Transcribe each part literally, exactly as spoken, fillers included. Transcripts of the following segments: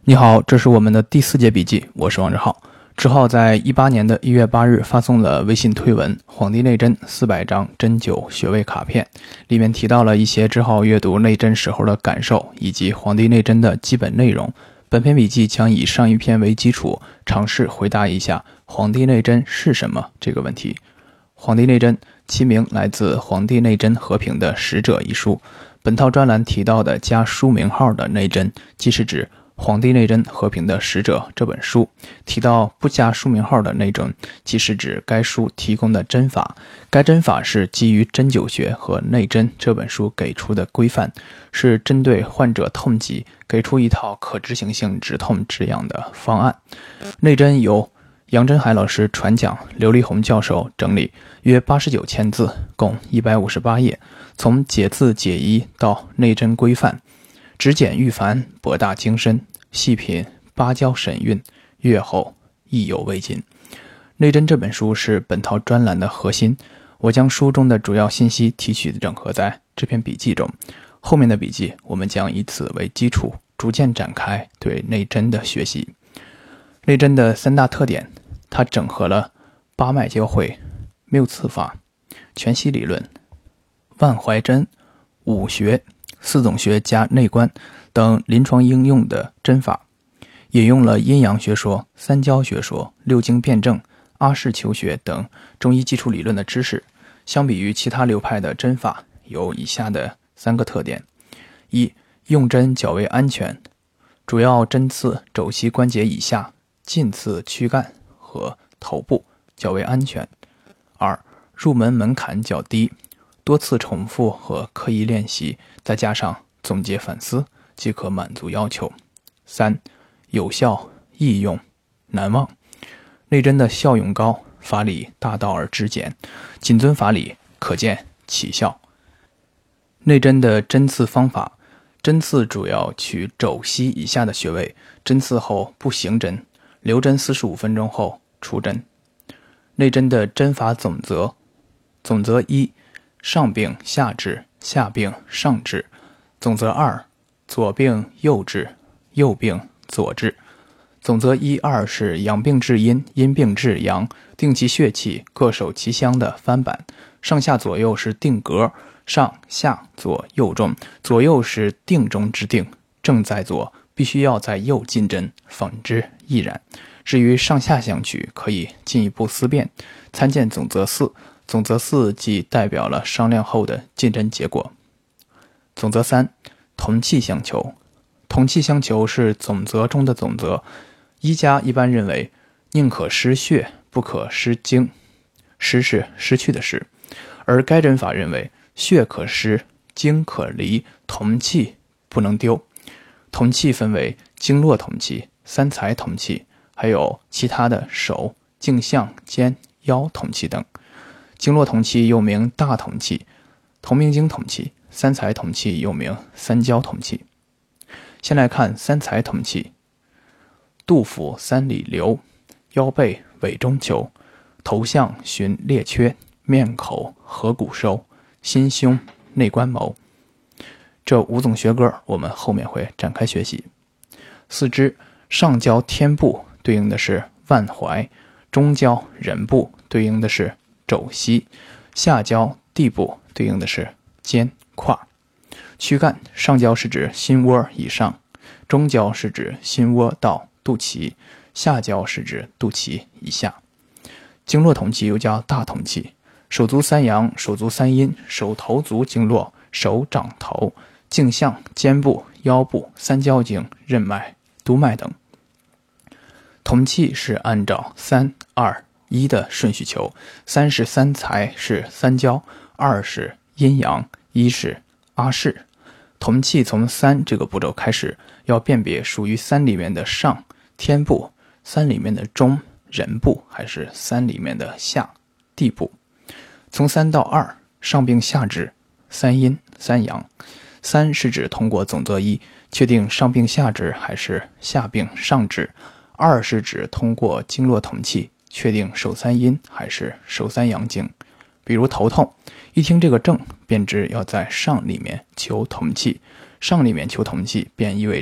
你好，这是我们的第四节笔记，我是王志浩。志浩在一八年的一月八日发送了微信推文《黄帝内针四百张针灸穴位卡片》，里面提到了一些志浩阅读内针时候的感受，以及黄帝内针的基本内容。本篇笔记将以上一篇为基础，尝试回答一下黄帝内针是什么这个问题。黄帝内针其名来自《黄帝内针和平的使者》一书，本套专栏提到的加书名号的内针，即是指《黄帝内针和平的使者》这本书。提到不加书名号的内针，即是指该书提供的针法。该针法是基于《针灸学和内针》这本书给出的规范，是针对患者痛疾给出一套可执行性止痛止痒的方案。内针由杨真海老师传讲，刘立宏教授整理，约八十九千字，共一百五十八页，从解字解疑到内针规范，只简愈繁，博大精深，细品芭蕉神韵，阅后意犹未尽。内针这本书是本套专栏的核心，我将书中的主要信息提取整合在这篇笔记中。后面的笔记我们将以此为基础，逐渐展开对内针的学习。内针的三大特点，它整合了八脉交汇、谬刺法、全息理论、万怀针、五穴、四种穴加内观等临床应用的针法，引用了阴阳学说、三焦学说、六经辩证、阿是求学等中医基础理论的知识。相比于其他流派的针法，有以下的三个特点：一、用针较为安全，主要针刺肘膝关节以下，近刺躯干和头部，较为安全。二、入门门槛较低，多次重复和刻意练习，再加上总结反思，即可满足要求。三、有效、易用、难忘。内针的效用高，法理大道而知简，谨遵法理，可见奇效。内针的针刺方法，针刺主要取肘膝以下的穴位，针刺后不行针，留针四十五分钟后出针。内针的针法总则，总则一，上病下治，下病上治。总则二，左病右治，右病左治。总则一二是阳病治阴，阴病治阳，定其血气，各守其乡的翻版。上下左右是定格，上下左右中，左右是定中之定，正在左，必须要在右进针，反之亦然。至于上下相取，可以进一步思辨，参见总则四。总则四即代表了商量后的进针结果。总则三，同气相求。同气相求是总则中的总则。医家一般认为，宁可失血，不可失精。失是失去的失。而该针法认为，血可失，精可离，同气不能丢。同气分为经络同气、三才同气，还有其他的手、颈项、肩、腰同气等。经络同气又名大同气、同名经同气，三才同气又名三焦同气。先来看三才同气。肚腹三里留，腰背尾中求，头项循列缺，面口合谷收，心胸内关谋。这五种学歌我们后面会展开学习。四肢，上焦天部对应的是腕踝，中焦人部对应的是肘膝，下焦地部对应的是肩胯。躯干，上焦是指心窝以上，中焦是指心窝到肚脐，下焦是指肚脐以下。经络同气又叫大同气，手足三阳、手足三阴、手头足经络、手掌头、颈项、肩部、腰部、三焦经、任脉、督脉等。同气是按照三二一的顺序求，三是三才，是三焦，二是阴阳，一是阿是。同气从三这个步骤开始，要辨别属于三里面的上天部，三里面的中人部，还是三里面的下地部。从三到二，上病下治，三阴三阳。三是指通过总则一确定上病下治还是下病上治。二是指通过经络同气确定手三阴还是手三阳经。比如头痛，一听这个症便知要在上里面求同气，上里面求同气便意味着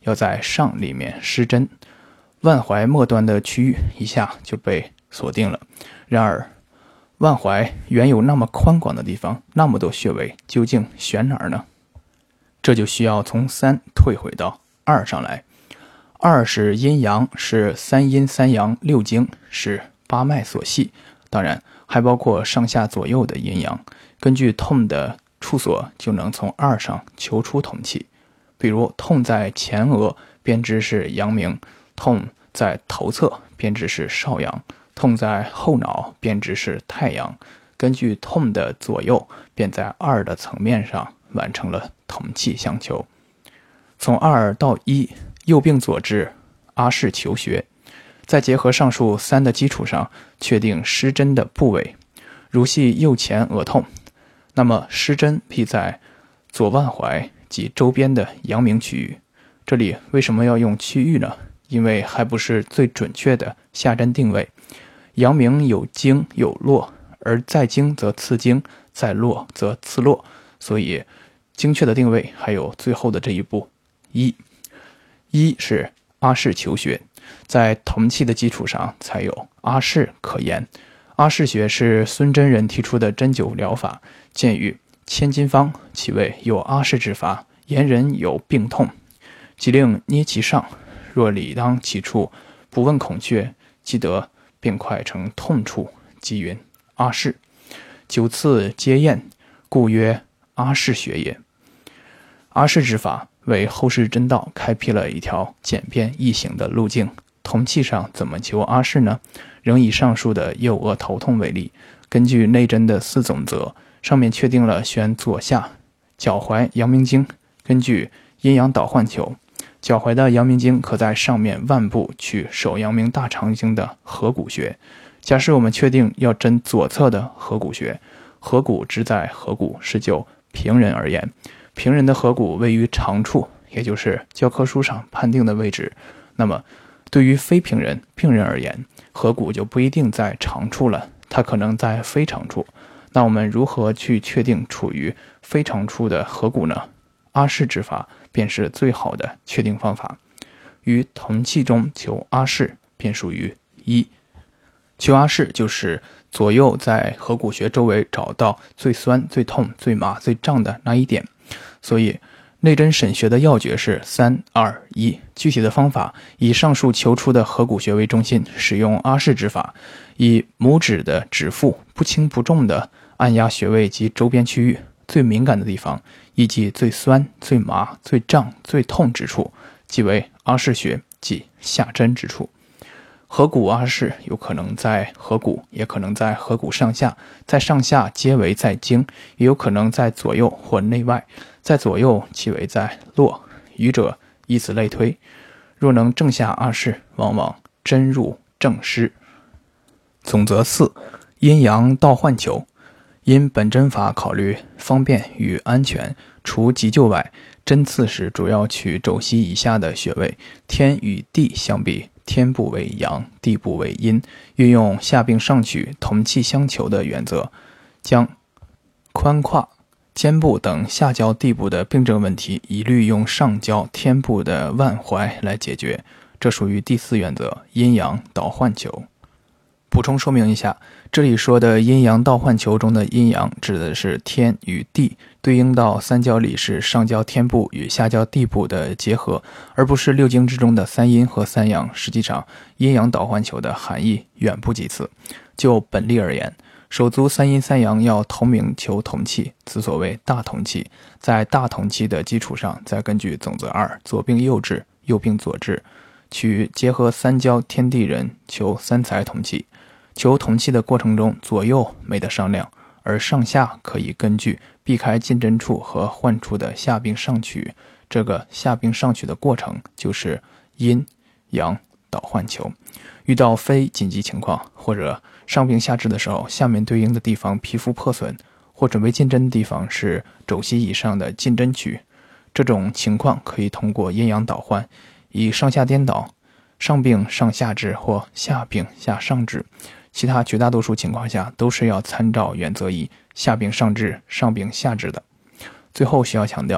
要在上里面施针，腕踝末端的区域一下就被锁定了。然而腕踝原有那么宽广的地方，那么多穴位，究竟选哪儿呢？这就需要从三退回到二上来。二是阴阳，是三阴三阳六经，是八脉所系，当然还包括上下左右的阴阳。根据痛的处所，就能从二上求出统气。比如痛在前额，便知是阳明；痛在头侧，便知是少阳；痛在后脑，便知是太阳。根据痛的左右，便在二的层面上完成了统气相求。从二到一，右并左治，阿是求穴。再结合上述三的基础上，确定施针的部位。如系右前额痛，那么施针必在左腕踝及周边的阳明区域。这里为什么要用区域呢？因为还不是最准确的下针定位。阳明有经有络，而在经则次经，在络则次络，所以精确的定位还有最后的这一步。一一是阿是求穴，在统气的基础上才有阿是可言。阿是穴是孙真人提出的针灸疗法，见于千金方，其谓有阿是之法，言人有病痛，即令捏其上，若理当其处，不问孔穴，即得便快成痛处，即云阿是。九次皆验，故曰阿是穴也。阿是之法为后世针道开辟了一条简便易行的路径。统气上怎么求阿是呢？仍以上述的右额头痛为例，根据内针的四总则，上面确定了选左下脚踝阳明经。根据阴阳导换求，脚踝的阳明经可在上面腕部取手阳明大肠经的合谷穴。假设我们确定要针左侧的合谷穴，合谷之在合谷是就平人而言，平人的合谷位于长处，也就是教科书上判定的位置。那么对于非平人病人而言，合谷就不一定在长处了，它可能在非长处。那我们如何去确定处于非长处的合谷呢？阿是之法便是最好的确定方法。于统气中求阿是便属于一。求阿是就是左右在合谷穴周围找到最酸、最痛、最麻、最胀的那一点。所以内针审穴的要诀是三二一，具体的方法以上述求出的合谷穴为中心，使用阿是之法，以拇指的指腹不轻不重的按压穴位及周边区域最敏感的地方，以及最酸、最麻、最胀、最痛之处，即为阿是穴，即下针之处。合谷阿是有可能在合谷，也可能在合谷上下，在上下皆为在经，也有可能在左右或内外，在左右即为在络，余者以此类推。若能正下阿是，往往针入正施。总则四，阴阳倒换求。因本针法考虑方便与安全，除急救外，针刺时主要取肘膝以下的穴位。天与地相比，天部为阳，地部为阴，运用下病上取、统气相求的原则，将髋胯、肩部等下焦地部的病症问题一律用上焦天部的腕踝来解决。这属于第四原则，阴阳倒换求。补充说明一下，这里说的阴阳倒换求中的阴阳指的是天与地，对应到三焦里是上焦天部与下焦地部的结合，而不是六经之中的三阴和三阳。实际上阴阳倒换求的含义远不及此。就本例而言，手足三阴三阳要同名求统气，此所谓大统气。在大统气的基础上，再根据总则二左并右治，右并左治，取结合三焦天地人求三才统气。求统气的过程中，左右没得商量，而上下可以根据避开进针处和患处的下病上取。这个下病上取的过程就是阴阳倒换求。遇到非紧急情况，或者上病下治的时候，下面对应的地方皮肤破损，或准备进针的地方是肘膝以上的进针区，这种情况可以通过阴阳倒换，以上下颠倒，上病上下治或下病下上治。其他绝大多数情况下都是要参照原则一，下病上治，上病下治的。最后需要强调，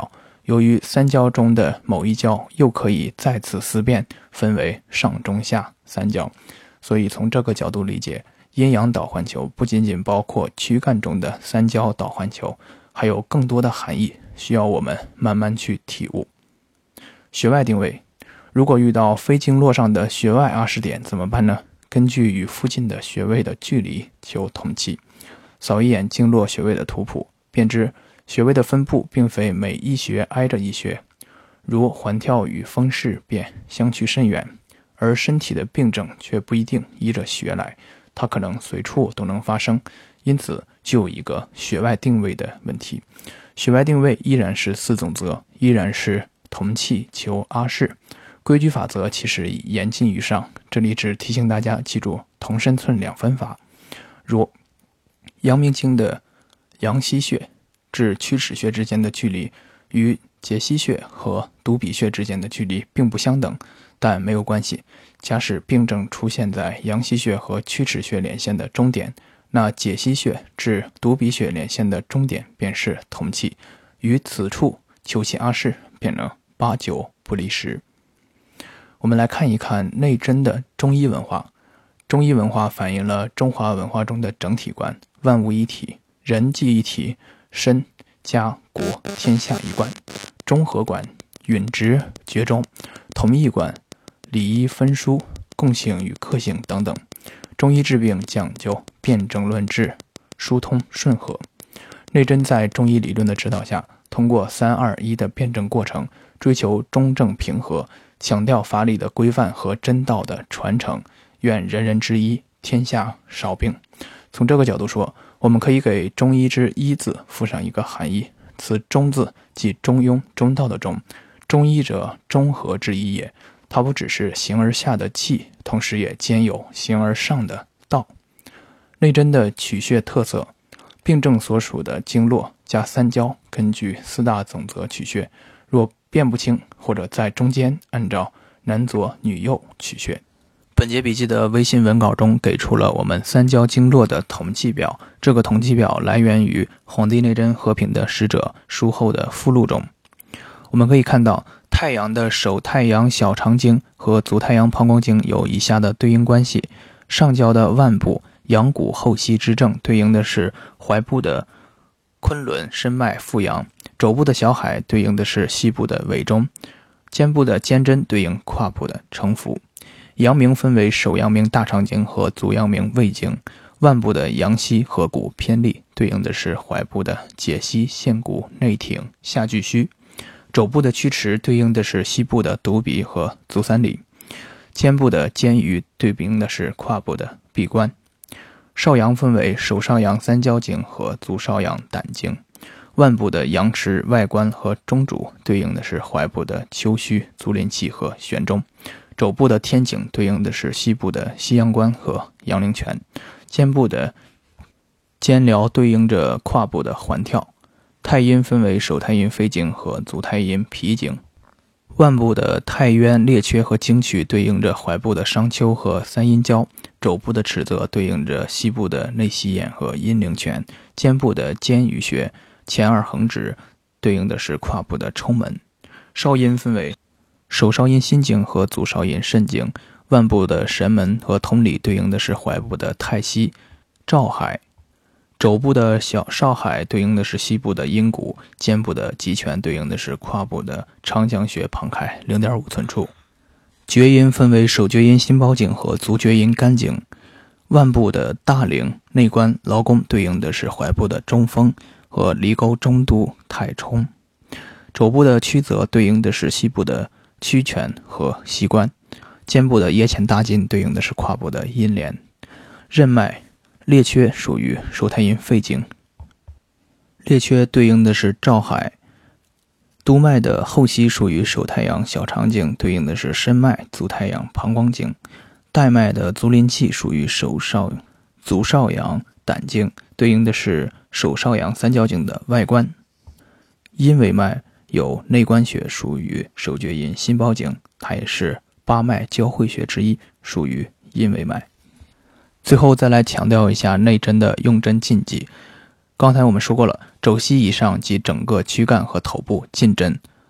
由于三焦中的某一焦又可以再次思辨，分为上中下三焦，所以从这个角度理解，阴阳导环球不仅仅包括躯干中的三焦导环球，还有更多的含义需要我们慢慢去体悟。穴外定位，如果遇到非经络上的穴外阿是点怎么办呢？根据与附近的穴位的距离求同气，扫一眼经络穴位的图谱，便知穴位的分布并非每一穴挨着一穴，如环跳与风势便相去甚远，而身体的病症却不一定依着穴来，它可能随处都能发生，因此就有一个穴外定位的问题。穴外定位依然是四总则，依然是同气求阿是，规矩法则其实已严禁于上，这里只提醒大家记住同身寸两分法。如阳明经的阳溪穴至曲池穴之间的距离与解溪穴和犊鼻穴之间的距离并不相等，但没有关系，假使病症出现在阳溪穴和曲池穴连线的中点，那解溪穴至犊鼻穴连线的中点便是同气，于此处求其阿是便能八九不离十。我们来看一看内针的中医文化。中医文化反映了中华文化中的整体观，万物一体，人即一体，身家国天下一贯，中和观，允直厥中，同义观，理医分疏，共性与克性等等。中医治病讲究辨证论治，疏通顺和。内针在中医理论的指导下，通过三二一的辩证过程，追求中正平和，强调法理的规范和真道的传承，愿人人之医，天下少病。从这个角度说，我们可以给中医之医字附上一个含义，此中字即中庸中道的中，中医者中和之医也，它不只是形而下的气，同时也兼有形而上的道。内针的取穴特色，病症所属的经络加三焦，根据四大总则取穴，若辨不清或者在中间，按照男左女右取穴。本节笔记的微信文稿中给出了我们三焦经络的统计表，这个统计表来源于《黄帝内针和品的使者》书后的附录中。我们可以看到，太阳的手太阳小肠经和足太阳膀胱经有以下的对应关系。上焦的腕部阳谷后溪之正对应的是怀部的昆仑深脉复阳，肘部的小海对应的是膝部的委中，肩部的肩针对应胯部的承扶。阳明分为手阳明大肠经和足阳明胃经，腕部的阳溪合谷偏历对应的是怀部的解溪陷谷内挺下巨虚，肘部的曲池对应的是膝部的犊鼻和足三里，肩部的肩盂对应的是胯部的闭关。少阳分为手少阳三焦经和足少阳胆经，腕部的阳池外关和中主对应的是怀部的丘虚足临气和悬中，肘部的天井对应的是膝部的西阳关和阳陵泉，肩部的肩髎对应着胯部的环跳。太阴分为手太阴肺经和足太阴脾经，腕部的太渊列缺和经区对应着怀部的商丘和三阴交，肘部的尺泽对应着膝部的内膝眼和阴陵泉，肩部的肩盂穴前二横指对应的是胯部的冲门。少阴分为手少阴心经和足少阴肾经，腕部的神门和通里对应的是怀部的太溪照海，肘部的小少海对应的是膝部的阴谷，肩部的极泉对应的是胯部的长江穴旁开 零点五 寸处。厥阴分为手厥阴心包经和足厥阴肝经，腕部的大陵内关劳宫对应的是怀部的中风和离沟中都太冲，肘部的曲泽对应的是膝部的曲泉和膝关，肩部的掖前大筋对应的是胯部的阴连。任脉列缺属于手太阴肺经，列缺对应的是照海。督脉的后溪属于手太阳小肠经，对应的是申脉足太阳膀胱经。带脉的足临气属于手少足少阳胆经，对应的是手少阳三焦经的外关。阴维脉有内关穴属于手厥阴心包经，它也是八脉交汇穴之一，属于阴维脉。最后再来强调一下内针的用针禁忌。刚才我们说过了，肘膝以上及整个躯干和头部禁针，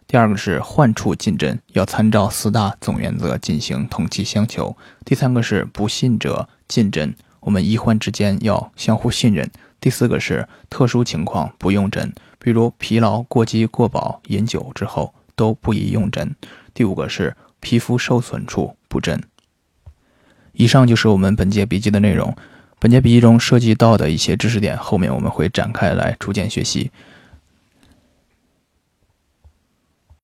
第二个是患处进诊，要参照四大总原则进行同期相求。第三个是不信者进诊，我们医患之间要相互信任。第四个是特殊情况不用诊，比如疲劳、过饥、过饱、饮酒之后都不宜用诊。第五个是皮肤受损处不诊。以上就是我们本节笔记的内容。本节笔记中涉及到的一些知识点，后面我们会展开来逐渐学习。